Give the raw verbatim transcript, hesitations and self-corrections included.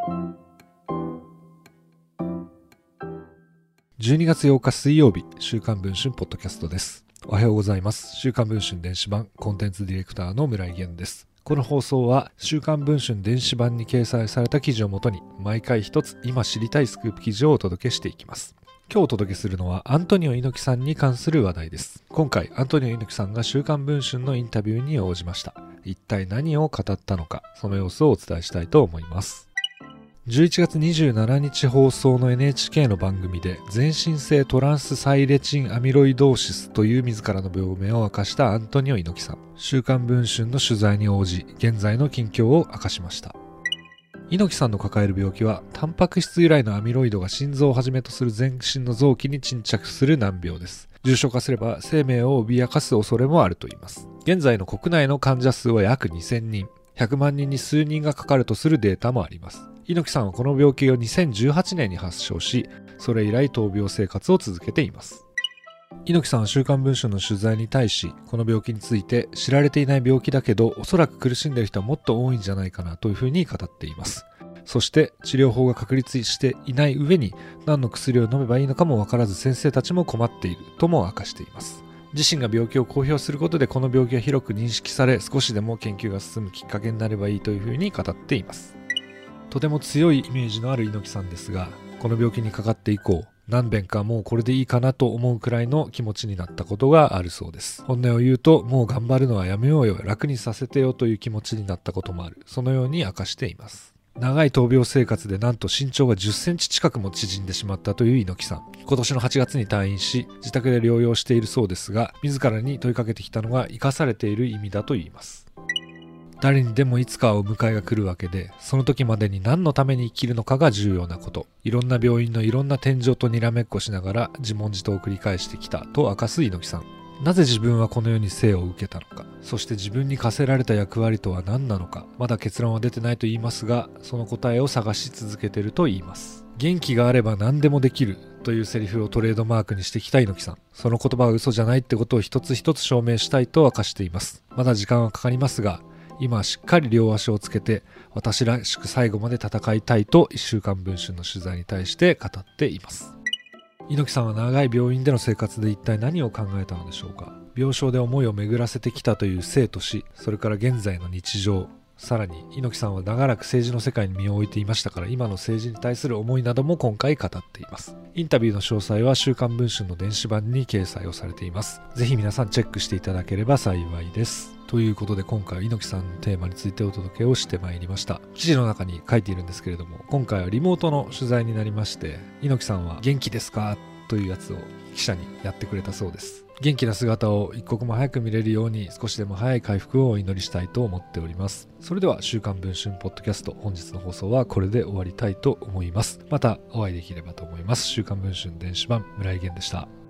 じゅうにがつようか水曜日、週刊文春ポッドキャストです。おはようございます。週刊文春電子版コンテンツディレクターの村井源です。この放送は週刊文春電子版に掲載された記事をもとに毎回一つ今知りたいスクープ記事をお届けしていきます。今日お届けするのはアントニオ猪木さんに関する話題です。今回アントニオ猪木さんが週刊文春のインタビューに応じました。一体何を語ったのか、その様子をお伝えしたいと思います。じゅういちがつにじゅうしちにち放送の エヌエイチケー の番組で全身性トランスサイレチンアミロイドーシスという自らの病名を明かしたアントニオ猪木さん。週刊文春の取材に応じ、現在の近況を明かしました。猪木さんの抱える病気は、タンパク質由来のアミロイドが心臓をはじめとする全身の臓器に沈着する難病です。重症化すれば生命を脅かす恐れもあるといいます。現在の国内の患者数は約にせんにん、ひゃくまんにんに数人がかかるとするデータもあります。猪木さんはこの病気をにせんじゅうはちねんに発症し、それ以来闘病生活を続けています。猪木さんは週刊文春の取材に対し、この病気について知られていない病気だけど、おそらく苦しんでいる人はもっと多いんじゃないかなというふうに語っています。そして治療法が確立していない上に、何の薬を飲めばいいのかもわからず先生たちも困っているとも明かしています。自身が病気を公表することでこの病気が広く認識され、少しでも研究が進むきっかけになればいいというふうに語っています。とても強いイメージのある猪木さんですが、この病気にかかって以降、何遍かもうこれでいいかなと思うくらいの気持ちになったことがあるそうです。本音を言うと、もう頑張るのはやめようよ、楽にさせてよという気持ちになったこともある。そのように明かしています。長い闘病生活でなんと身長がじゅっセンチ近くも縮んでしまったという猪木さん。今年のはちがつに退院し、自宅で療養しているそうですが、自らに問いかけてきたのが生かされている意味だといいます。誰にでもいつかはお迎えが来るわけで、その時までに何のために生きるのかが重要なこと。いろんな病院のいろんな天井とにらめっこしながら自問自答を繰り返してきたと明かす猪木さん。なぜ自分はこの世に生を受けたのか、そして自分に課せられた役割とは何なのか、まだ結論は出てないと言いますが、その答えを探し続けていると言います。元気があれば何でもできるというセリフをトレードマークにしてきた猪木さん。その言葉は嘘じゃないってことを一つ一つ証明したいと明かしています。まだ時間はかかりますが、今はしっかり両足をつけて私らしく最後まで戦いたいといっしゅうかん文春の取材に対して語っています。猪木さんは長い病院での生活で一体何を考えたのでしょうか。病床で思いを巡らせてきたという生と死、それから現在の日常、さらに猪木さんは長らく政治の世界に身を置いていましたから、今の政治に対する思いなども今回語っています。インタビューの詳細は週刊文春の電子版に掲載をされています。ぜひ皆さんチェックしていただければ幸いです。ということで今回は猪木さんのテーマについてお届けをしてまいりました。記事の中に書いているんですけれども、今回はリモートの取材になりまして、猪木さんは元気ですかというやつを記者にやってくれたそうです。元気な姿を一刻も早く見れるように少しでも早い回復をお祈りしたいと思っております。それでは週刊文春ポッドキャスト、本日の放送はこれで終わりたいと思います。またお会いできればと思います。週刊文春電子版、村井源でした。